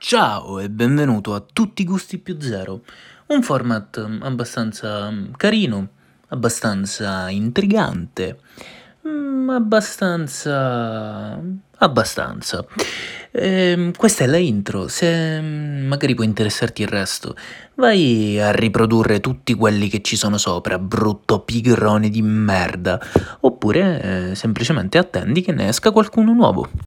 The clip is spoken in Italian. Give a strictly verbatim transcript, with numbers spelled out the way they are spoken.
Ciao e benvenuto a Tutti i gusti più zero, un format mm, abbastanza mm, carino, abbastanza intrigante, mm, abbastanza... abbastanza. Ehm, questa è la intro, se mm, magari può interessarti il resto, vai a riprodurre tutti quelli che ci sono sopra, brutto pigrone di merda, oppure eh, semplicemente attendi che ne esca qualcuno nuovo.